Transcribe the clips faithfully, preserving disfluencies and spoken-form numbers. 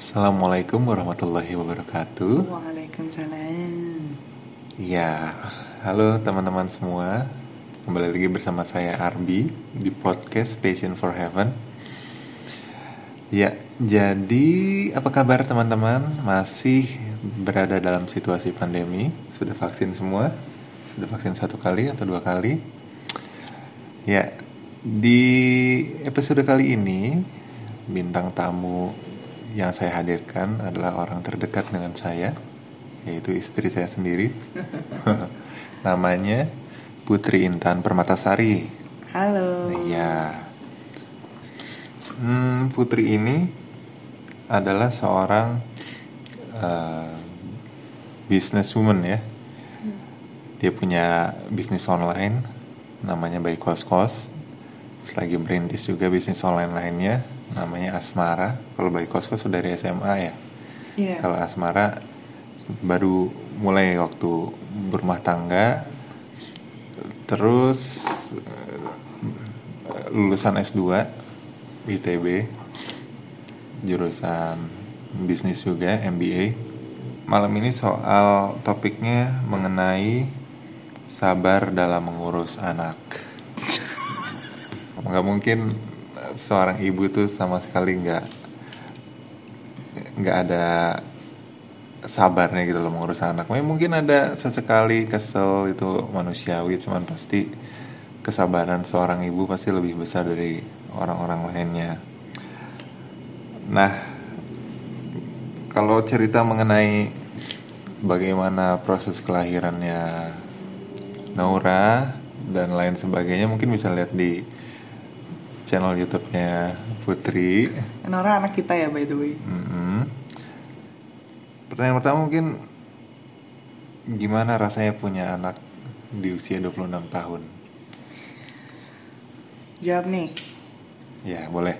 Assalamualaikum warahmatullahi wabarakatuh. Waalaikumsalam. Ya, halo teman-teman semua. Kembali lagi bersama saya Arbi di podcast Passion for Heaven. Ya, jadi apa kabar teman-teman? Masih berada dalam situasi pandemi? Sudah vaksin semua? Sudah vaksin satu kali atau dua kali? Ya, di episode kali ini bintang tamu yang saya hadirkan adalah orang terdekat dengan saya, yaitu istri saya sendiri. Namanya Putri Intan Permatasari. Halo. Ya, hmm, Putri ini adalah seorang uh, businesswoman ya. Dia punya bisnis online, namanya By Kos Kos. Terus lagi merintis juga bisnis online lainnya, namanya Asmara. Kalau By Kos Kos sudah dari S M A ya. Yeah. Kalau Asmara baru mulai waktu berumah tangga. Terus lulusan S dua I T B, jurusan bisnis juga, M B A. Malam ini soal topiknya mengenai sabar dalam mengurus anak. Nggak mungkin seorang ibu tuh sama sekali nggak nggak ada sabarnya gitu loh mengurus anak. Mungkin ada sesekali kesel, itu manusiawi, cuman pasti kesabaran seorang ibu pasti lebih besar dari orang-orang lainnya. Nah, kalau cerita mengenai bagaimana proses kelahirannya Naura dan lain sebagainya mungkin bisa lihat di channel YouTube-nya Putri. Nora anak kita ya by the way. Mm-hmm. Pertanyaan pertama mungkin, gimana rasanya punya anak di usia dua puluh enam tahun? Jawab nih. Ya, boleh.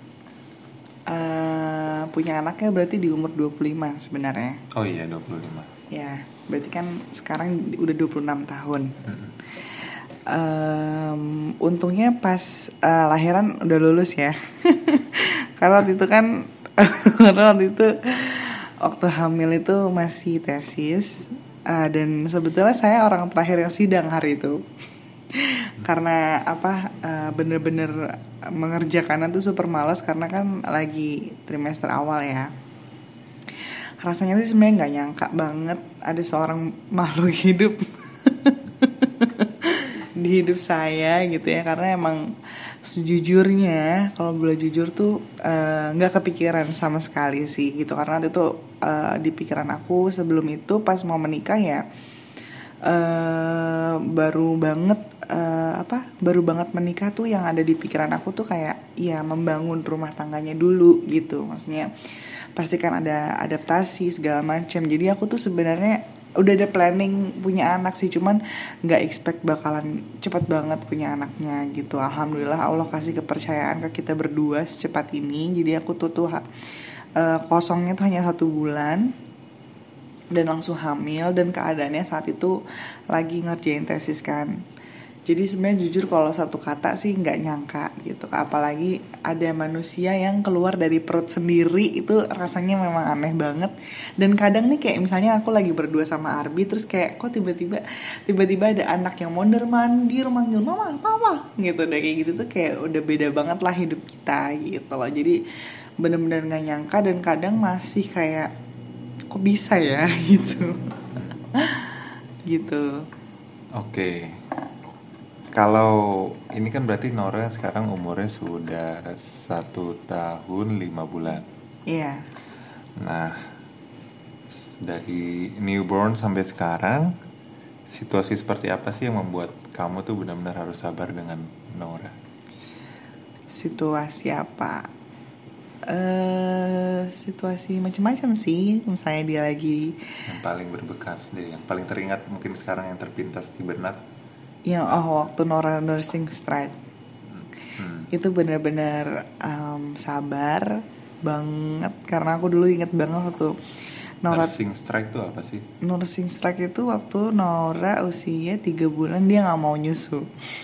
Uh, punya anaknya berarti di umur dua puluh lima sebenarnya. Oh iya, dua puluh lima. Ya, berarti kan sekarang udah dua puluh enam tahun. Mm-hmm. Um, untungnya pas uh, lahiran udah lulus ya. Karena waktu itu kan karena waktu itu waktu hamil itu masih tesis, uh, dan sebetulnya saya orang terakhir yang sidang hari itu. Karena apa, uh, bener-bener mengerjakannya tuh super malas karena kan lagi trimester awal ya. Rasanya sih sebenarnya nggak nyangka banget ada seorang makhluk hidup di hidup saya gitu ya, karena emang sejujurnya kalau boleh jujur tuh nggak uh, kepikiran sama sekali sih gitu, karena itu uh, di pikiran aku sebelum itu pas mau menikah ya uh, baru banget uh, apa baru banget menikah tuh yang ada di pikiran aku tuh kayak ya membangun rumah tangganya dulu gitu, maksudnya pastikan ada adaptasi segala macam. Jadi aku tuh sebenarnya udah ada planning punya anak sih, cuman nggak expect bakalan cepat banget punya anaknya gitu. Alhamdulillah Allah kasih kepercayaan ke kita berdua secepat ini. Jadi aku tuh tuh uh, kosongnya tuh hanya satu bulan dan langsung hamil, dan keadaannya saat itu lagi ngerjain tesis kan. Jadi sebenarnya jujur kalau satu kata sih nggak nyangka gitu, apalagi ada manusia yang keluar dari perut sendiri, itu rasanya memang aneh banget. Dan kadang nih kayak misalnya aku lagi berdua sama Arbi, terus kayak kok tiba-tiba tiba-tiba ada anak yang mondar mandir manggil mama papa gitu, deh kayak gitu tuh kayak udah beda banget lah hidup kita gitu loh. Jadi benar-benar nggak nyangka, dan kadang masih kayak kok bisa ya gitu gitu. Oke. Okay. Kalau ini kan berarti Nora sekarang umurnya sudah satu tahun lima bulan. Iya. Nah, dari newborn sampai sekarang, situasi seperti apa sih yang membuat kamu tuh benar-benar harus sabar dengan Nora? Situasi apa? Uh, situasi macam-macam sih. Misalnya dia lagi yang paling berbekas deh, yang paling teringat mungkin sekarang yang terpintas di benak. Yang oh waktu Nora nursing strike, hmm. itu benar-benar um, sabar banget, karena aku dulu inget banget waktu Nora nursing strike itu apa sih? Nursing strike itu waktu Nora usia tiga bulan dia nggak mau nyusu.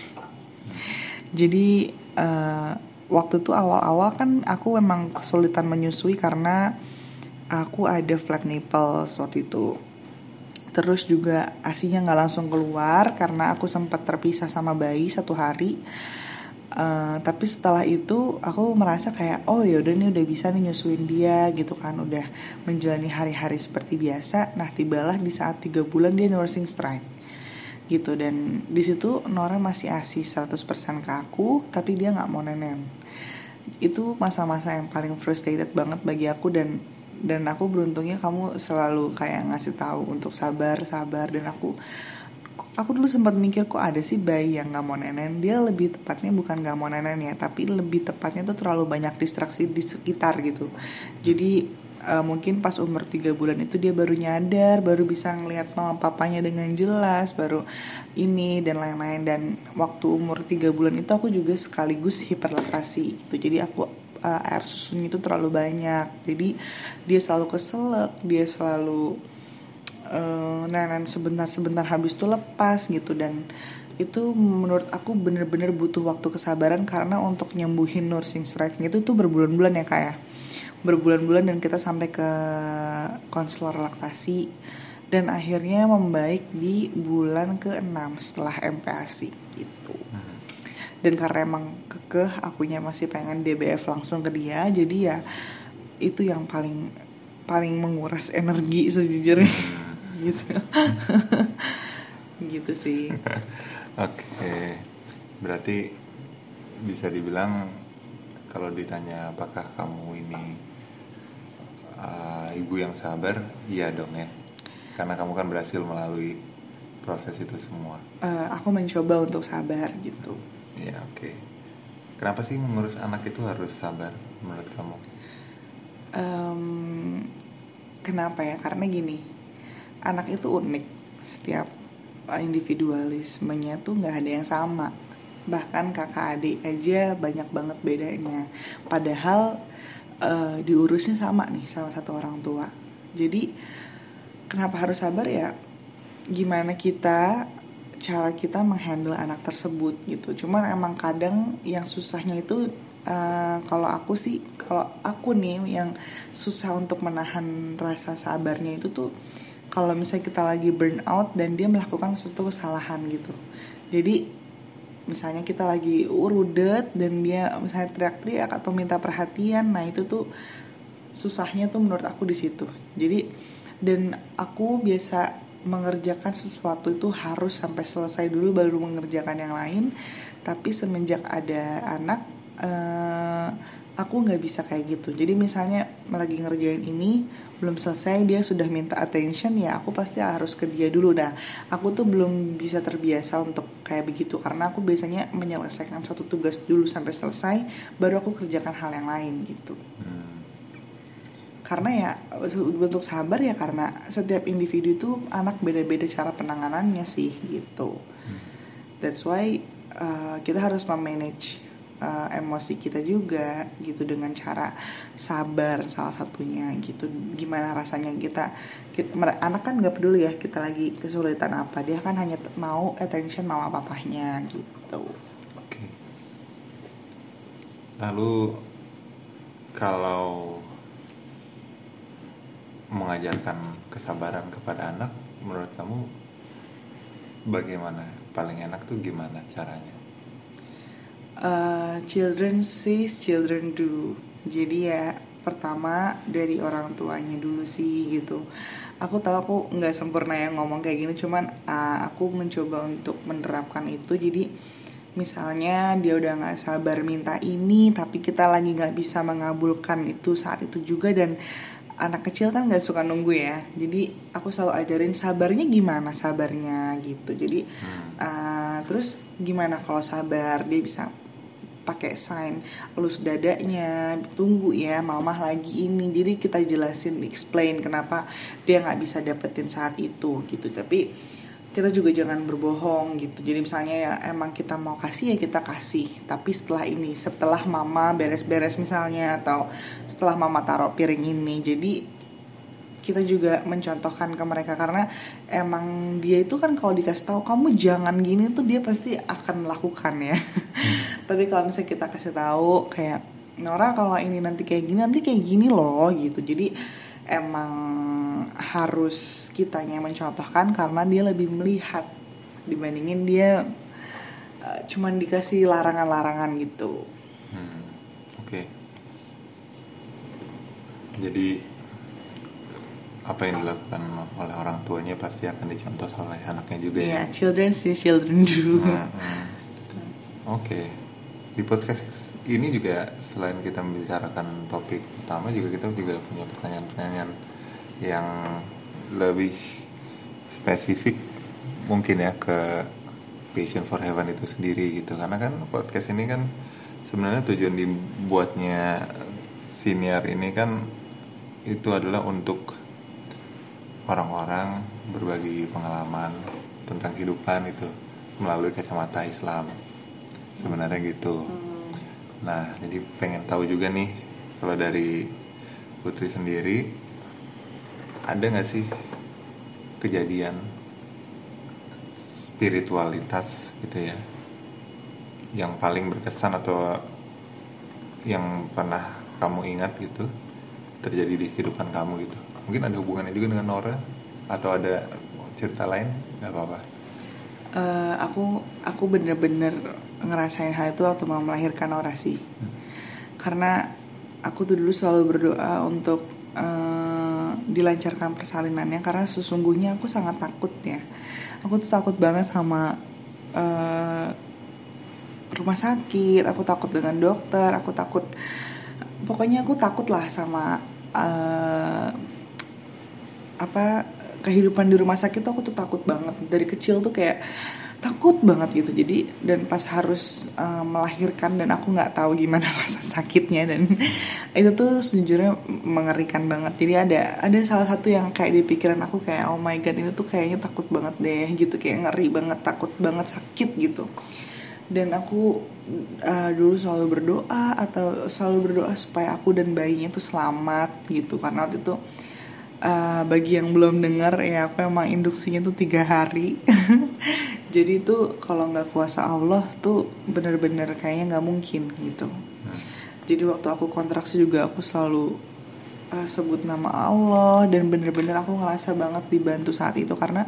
Jadi uh, waktu itu awal-awal kan aku memang kesulitan menyusui karena aku ada flat nipples waktu itu. Terus juga asinya nggak langsung keluar karena aku sempat terpisah sama bayi satu hari. Uh, tapi setelah itu aku merasa kayak oh ya udah nih udah bisa nih nyusuin dia gitu kan, udah menjalani hari-hari seperti biasa. Nah tibalah di saat tiga bulan dia nursing strike gitu, dan di situ Nora masih asi seratus persen ke aku tapi dia nggak mau nenen. Itu masa-masa yang paling frustrated banget bagi aku, dan dan aku beruntungnya kamu selalu kayak ngasih tahu untuk sabar sabar dan aku aku dulu sempat mikir kok ada sih bayi yang nggak mau nenen. Dia lebih tepatnya bukan nggak mau nenen ya, tapi lebih tepatnya tuh terlalu banyak distraksi di sekitar gitu. Jadi uh, mungkin pas umur tiga bulan itu dia baru nyadar, baru bisa ngelihat mama papanya dengan jelas, baru ini dan lain-lain. Dan waktu umur tiga bulan itu aku juga sekaligus hiperlaktasi gitu. Jadi aku uh, air susunya itu terlalu banyak. Jadi dia selalu keselak, dia selalu Uh, nenen sebentar-sebentar habis itu lepas gitu. Dan itu menurut aku bener-bener butuh waktu kesabaran, karena untuk nyembuhin nursing strike itu tuh berbulan-bulan ya kak ya, berbulan-bulan, dan kita sampai ke konselor laktasi dan akhirnya membaik di bulan keenam setelah M P A S I gitu. Dan karena emang kekeh akunya masih pengen D B F langsung ke dia, jadi ya itu yang paling paling menguras energi sejujurnya. Gitu gitu sih. Oke, berarti bisa dibilang kalau ditanya apakah kamu ini uh, ibu yang sabar, iya dong ya, karena kamu kan berhasil melalui proses itu semua. Uh, aku mencoba untuk sabar gitu. Iya, oke. Kenapa sih mengurus anak itu harus sabar menurut kamu? Um, kenapa ya? Karena gini, anak itu unik, setiap individualismenya tuh nggak ada yang sama. Bahkan kakak adik aja banyak banget bedanya. Padahal uh, diurusnya sama nih sama satu orang tua. Jadi kenapa harus sabar ya? Gimana kita, cara kita menghandle anak tersebut gitu. Cuman emang kadang yang susahnya itu uh, kalau aku sih, kalau aku nih yang susah untuk menahan rasa sabarnya itu tuh kalau misalnya kita lagi burn out dan dia melakukan suatu kesalahan gitu. Jadi misalnya kita lagi urudet dan dia misalnya teriak-teriak atau minta perhatian, nah itu tuh susahnya tuh menurut aku di situ. Jadi dan aku biasa mengerjakan sesuatu itu harus sampai selesai dulu baru mengerjakan yang lain. Tapi semenjak ada anak, uh, aku nggak bisa kayak gitu. Jadi misalnya lagi ngerjain ini belum selesai, dia sudah minta attention, ya aku pasti harus ke dia dulu. Nah aku tuh belum bisa terbiasa untuk kayak begitu, karena aku biasanya menyelesaikan satu tugas dulu sampai selesai baru aku kerjakan hal yang lain gitu. hmm. Karena ya bentuk sabar ya, karena setiap individu itu anak beda-beda cara penanganannya sih gitu. hmm. That's why uh, kita harus memanage Uh, emosi kita juga gitu dengan cara sabar salah satunya gitu. Gimana rasanya kita, kita anak kan nggak peduli ya kita lagi kesulitan apa, dia kan hanya mau attention mama papahnya gitu. Oke. Lalu kalau mengajarkan kesabaran kepada anak, menurut kamu bagaimana? Paling enak tuh gimana caranya? Uh, children sees, children do. Jadi ya pertama dari orang tuanya dulu sih gitu. Aku tahu aku nggak sempurna ya ngomong kayak gini, cuman uh, aku mencoba untuk menerapkan itu. Jadi misalnya dia udah nggak sabar minta ini, tapi kita lagi nggak bisa mengabulkan itu saat itu juga, dan anak kecil kan nggak suka nunggu ya. Jadi aku selalu ajarin sabarnya gimana sabarnya gitu. Jadi uh, terus gimana kalau sabar, dia bisa pakai sign elus dadanya, tunggu ya mamah lagi ini. Jadi kita jelasin, explain kenapa dia nggak bisa dapetin saat itu gitu. Tapi kita juga jangan berbohong gitu. Jadi misalnya ya emang kita mau kasih ya kita kasih, tapi setelah ini, setelah mama beres-beres misalnya, atau setelah mama taruh piring ini. Jadi kita juga mencontohkan ke mereka, karena emang dia itu kan kalau dikasih tahu kamu jangan gini tuh dia pasti akan melakukan ya. hmm. Tapi kalau misalnya kita kasih tahu kayak Nora kalau ini nanti kayak gini, nanti kayak gini loh gitu. Jadi emang harus kitanya yang mencontohkan karena dia lebih melihat dibandingin dia uh, cuman dikasih larangan-larangan gitu. Hmm, oke. Okay. Jadi apa yang dilakukan oleh orang tuanya pasti akan dicontoh oleh anaknya juga ya. Yeah, children see children do. Hmm, hmm. Oke. Okay. Di podcast ini juga selain kita membicarakan topik utama juga kita juga punya pertanyaan-pertanyaan yang lebih spesifik mungkin ya ke Passion for Heaven itu sendiri gitu. Karena kan podcast ini kan sebenarnya tujuan dibuatnya siniar ini kan itu adalah untuk orang-orang berbagi pengalaman tentang kehidupan itu melalui kacamata Islam sebenarnya gitu. Nah, jadi pengen tahu juga nih kalau dari Putri sendiri ada nggak sih kejadian spiritualitas gitu ya yang paling berkesan atau yang pernah kamu ingat gitu terjadi di kehidupan kamu gitu? Mungkin ada hubungannya juga dengan Nora atau ada cerita lain, nggak apa-apa. Uh, aku aku bener-bener ngerasain hal itu waktu mau melahirkan Nora sih. Hmm. Karena aku tuh dulu selalu berdoa untuk uh, dilancarkan persalinannya karena sesungguhnya aku sangat takut ya. Aku tuh takut banget sama uh, rumah sakit, aku takut dengan dokter, aku takut pokoknya aku takut lah sama uh, apa kehidupan di rumah sakit tuh aku tuh takut banget dari kecil tuh kayak takut banget gitu. Jadi dan pas harus uh, melahirkan dan aku nggak tahu gimana rasa sakitnya dan itu tuh sejujurnya mengerikan banget. Jadi ada ada salah satu yang kayak di pikiran aku kayak oh my god ini tuh kayaknya takut banget deh gitu, kayak ngeri banget, takut banget sakit gitu. Dan aku uh, dulu selalu berdoa atau selalu berdoa supaya aku dan bayinya tuh selamat gitu karena waktu itu Uh, bagi yang belum dengar ya aku emang induksinya tuh tiga hari. Jadi tuh kalau nggak kuasa Allah tuh bener-bener kayaknya nggak mungkin gitu. hmm. Jadi waktu aku kontraksi juga aku selalu uh, sebut nama Allah dan bener-bener aku ngerasa banget dibantu saat itu karena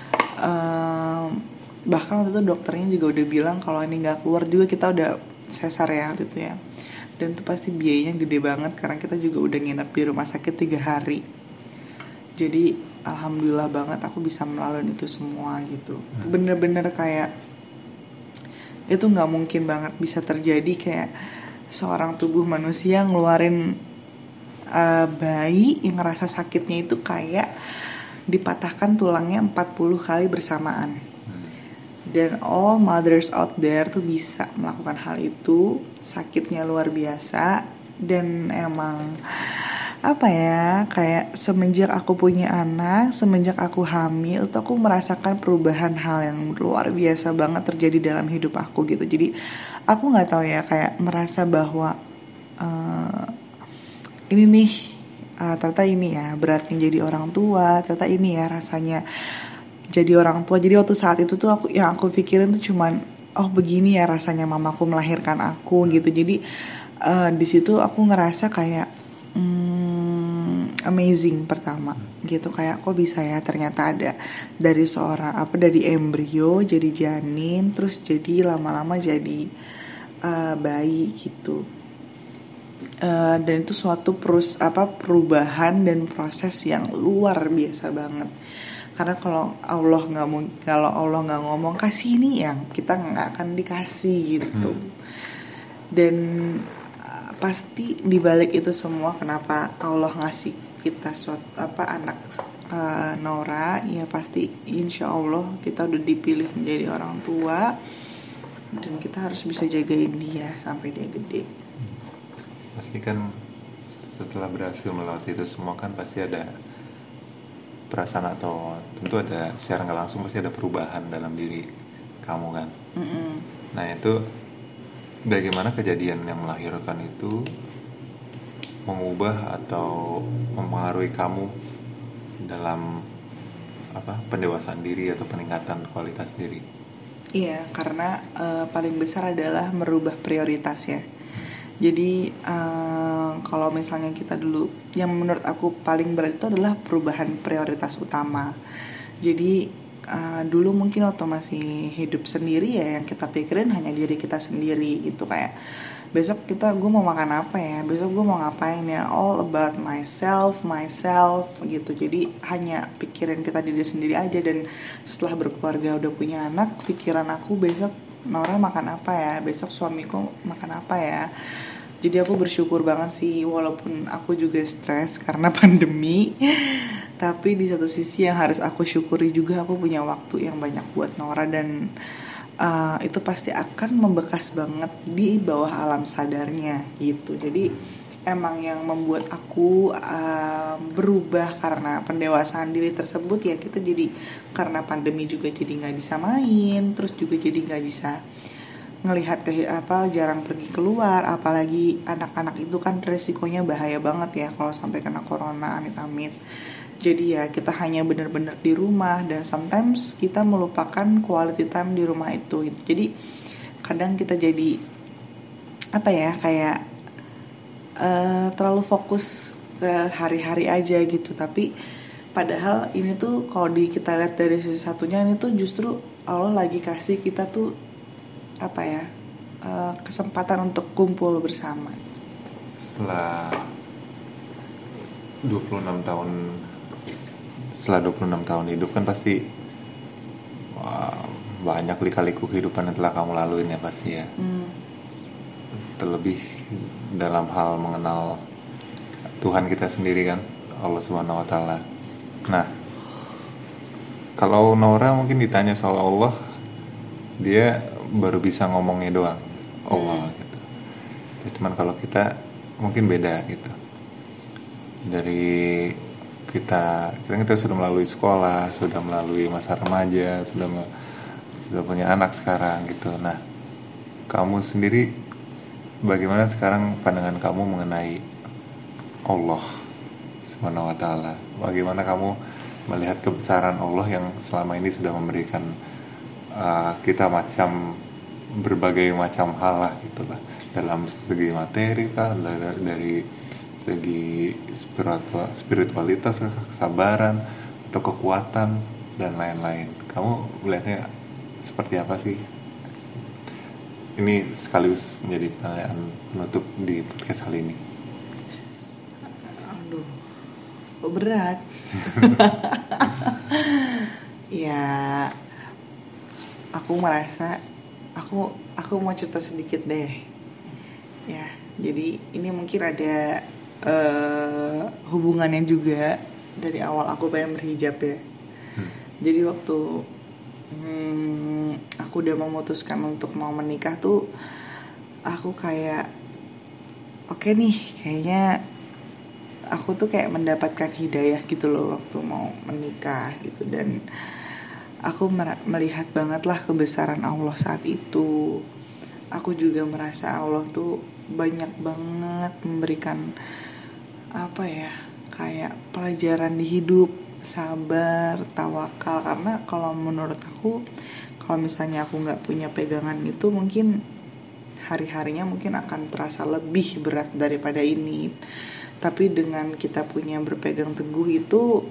uh, bahkan waktu itu dokternya juga udah bilang kalau ini nggak keluar juga kita udah sesar ya waktu itu ya. Dan tuh pasti biayanya gede banget karena kita juga udah nginep di rumah sakit tiga hari. Jadi alhamdulillah banget aku bisa melalui itu semua gitu. Bener-bener kayak itu gak mungkin banget bisa terjadi kayak seorang tubuh manusia ngeluarin uh, bayi yang ngerasa sakitnya itu kayak dipatahkan tulangnya empat puluh kali bersamaan. Dan all mothers out there tuh bisa melakukan hal itu. Sakitnya luar biasa. Dan emang apa ya, kayak semenjak aku punya anak, semenjak aku hamil tuh aku merasakan perubahan hal yang luar biasa banget terjadi dalam hidup aku gitu. Jadi aku nggak tahu ya, kayak merasa bahwa uh, ini nih uh, ternyata ini ya beratnya jadi orang tua, ternyata ini ya rasanya jadi orang tua. Jadi waktu saat itu tuh aku yang aku pikirin tuh cuman oh begini ya rasanya mamaku melahirkan aku gitu. Jadi uh, di situ aku ngerasa kayak hmm, amazing pertama gitu, kayak kok bisa ya ternyata ada dari seorang apa dari embrio jadi janin terus jadi lama-lama jadi uh, bayi gitu. Uh, dan itu suatu perus apa perubahan dan proses yang luar biasa banget. Karena kalau Allah nggak mau, kalau Allah nggak ngomong kasih ini yang kita nggak akan dikasih gitu. Hmm. Dan uh, pasti dibalik itu semua kenapa Allah ngasih kita suatu apa anak uh, Nora, ya pasti insya Allah kita udah dipilih menjadi orang tua dan kita harus bisa jagain dia sampai dia gede. Pasti kan setelah berhasil melewati itu semua kan pasti ada perasaan atau tentu ada secara nggak langsung pasti ada perubahan dalam diri kamu kan. Mm-mm. Nah itu bagaimana kejadian yang melahirkan itu mengubah atau mempengaruhi kamu dalam apa pendewasaan diri atau peningkatan kualitas diri? Iya, karena uh, paling besar adalah merubah prioritas ya. Jadi uh, kalau misalnya kita dulu, yang menurut aku paling berat itu adalah perubahan prioritas utama. Jadi uh, dulu mungkin waktu masih hidup sendiri ya, yang kita pikirin hanya diri kita sendiri gitu. Kayak besok kita gue mau makan apa ya, besok gue mau ngapain ya, all about myself, myself gitu. Jadi hanya pikirin kita diri sendiri aja. Dan setelah berkeluarga udah punya anak, pikiran aku besok Nora makan apa ya, besok suamiku makan apa ya. Jadi aku bersyukur banget sih, walaupun aku juga stres karena pandemi, tapi di satu sisi yang harus aku syukuri juga, aku punya waktu yang banyak buat Nora. Dan uh, itu pasti akan membekas banget di bawah alam sadarnya gitu. Jadi emang yang membuat aku uh, berubah karena pendewasaan diri tersebut ya, kita jadi karena pandemi juga jadi nggak bisa main, terus juga jadi nggak bisa ngelihat ke apa jarang pergi keluar, apalagi anak-anak itu kan resikonya bahaya banget ya kalau sampai kena corona, amit-amit. Jadi ya kita hanya benar-benar di rumah, dan sometimes kita melupakan quality time di rumah itu. Jadi kadang kita jadi apa ya, kayak uh, terlalu fokus ke hari-hari aja gitu. Tapi padahal ini tuh kalau di kita lihat dari sisi satunya, ini tuh justru Allah lagi kasih kita tuh apa ya, uh, kesempatan untuk kumpul bersama. Setelah dua puluh enam tahun setelah dua puluh enam tahun hidup kan pasti wah, banyak lika-liku kehidupan yang telah kamu laluin ya pasti ya. Hmm. Terlebih dalam hal mengenal Tuhan kita sendiri kan, Allah Subhanahu Wa Taala. Nah, kalau Nora mungkin ditanya soal Allah, dia baru bisa ngomongnya doang Allah hmm. gitu. Ya, cuman kalau kita mungkin beda gitu. Dari kita, kita kita sudah melalui sekolah, sudah melalui masa remaja, sudah sudah punya anak sekarang gitu. Nah, kamu sendiri bagaimana sekarang pandangan kamu mengenai Allah Subhanahu Wa Taala? Bagaimana kamu melihat kebesaran Allah yang selama ini sudah memberikan Uh, kita macam berbagai macam hal lah gitulah, dalam segi materi kah, dari, dari segi spiritual, spiritualitas kah, kesabaran atau kekuatan dan lain-lain. Kamu melihatnya seperti apa sih? Ini sekaligus menjadi pertanyaan penutup di podcast kali ini. Aduh, kok berat. Ya, aku merasa aku aku mau cerita sedikit deh ya. Jadi ini mungkin ada uh, hubungannya juga dari awal aku pengen berhijab ya. hmm. Jadi waktu hmm, aku udah memutuskan untuk mau menikah tuh, aku kayak oke okay nih, kayaknya aku tuh kayak mendapatkan hidayah gitu loh waktu mau menikah gitu. Dan aku melihat banget lah kebesaran Allah saat itu. Aku juga merasa Allah tuh banyak banget memberikan apa ya, kayak pelajaran di hidup, sabar, tawakal. Karena kalau menurut aku, kalau misalnya aku gak punya pegangan itu, mungkin hari-harinya mungkin akan terasa lebih berat daripada ini. Tapi dengan kita punya berpegang teguh itu,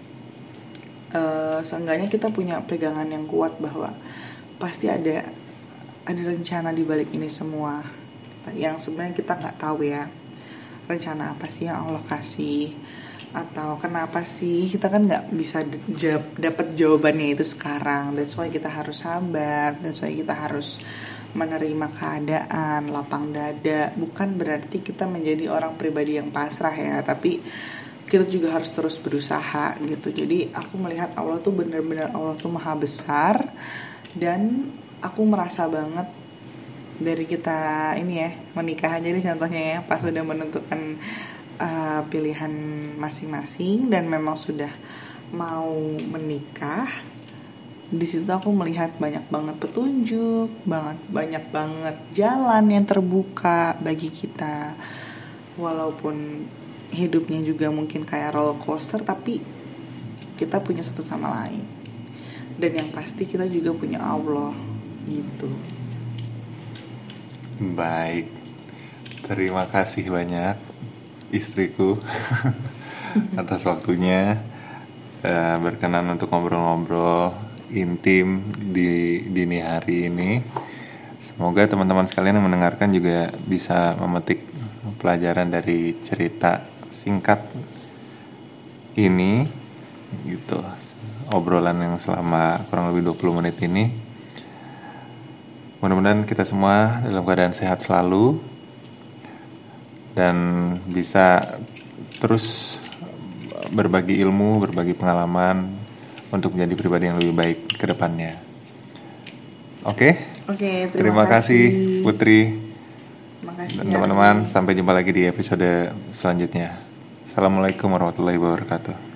Uh, seenggaknya kita punya pegangan yang kuat bahwa pasti ada ada rencana di balik ini semua, yang sebenarnya kita nggak tahu ya rencana apa sih yang Allah kasih, atau kenapa sih kita kan nggak bisa jawab, dapat jawabannya itu sekarang. That's why kita harus sabar, that's why kita harus menerima keadaan, lapang dada. Bukan berarti kita menjadi orang pribadi yang pasrah ya, tapi kita juga harus terus berusaha gitu. Jadi aku melihat Allah tuh benar-benar, Allah tuh maha besar. Dan aku merasa banget dari kita ini ya, menikah aja nih contohnya ya, pas sudah menentukan uh, pilihan masing-masing dan memang sudah mau menikah, di situ aku melihat banyak banget petunjuk, banget banyak banget jalan yang terbuka bagi kita. Walaupun hidupnya juga mungkin kayak roller coaster, tapi kita punya satu sama lain. Dan yang pasti kita juga punya Allah gitu. Baik, Terima kasih banyak istriku atas waktunya, uh, berkenan untuk ngobrol-ngobrol intim di dini hari ini. Semoga teman-teman sekalian yang mendengarkan juga bisa memetik pelajaran dari cerita singkat ini gitu. Obrolan yang selama kurang lebih dua puluh menit ini. Mudah-mudahan kita semua dalam keadaan sehat selalu dan bisa terus berbagi ilmu, berbagi pengalaman untuk menjadi pribadi yang lebih baik ke depannya. Oke? Oke, terima, Terima kasih Putri. Terima kasih, Dan teman-teman, sampai jumpa lagi di episode selanjutnya. Assalamualaikum warahmatullahi wabarakatuh.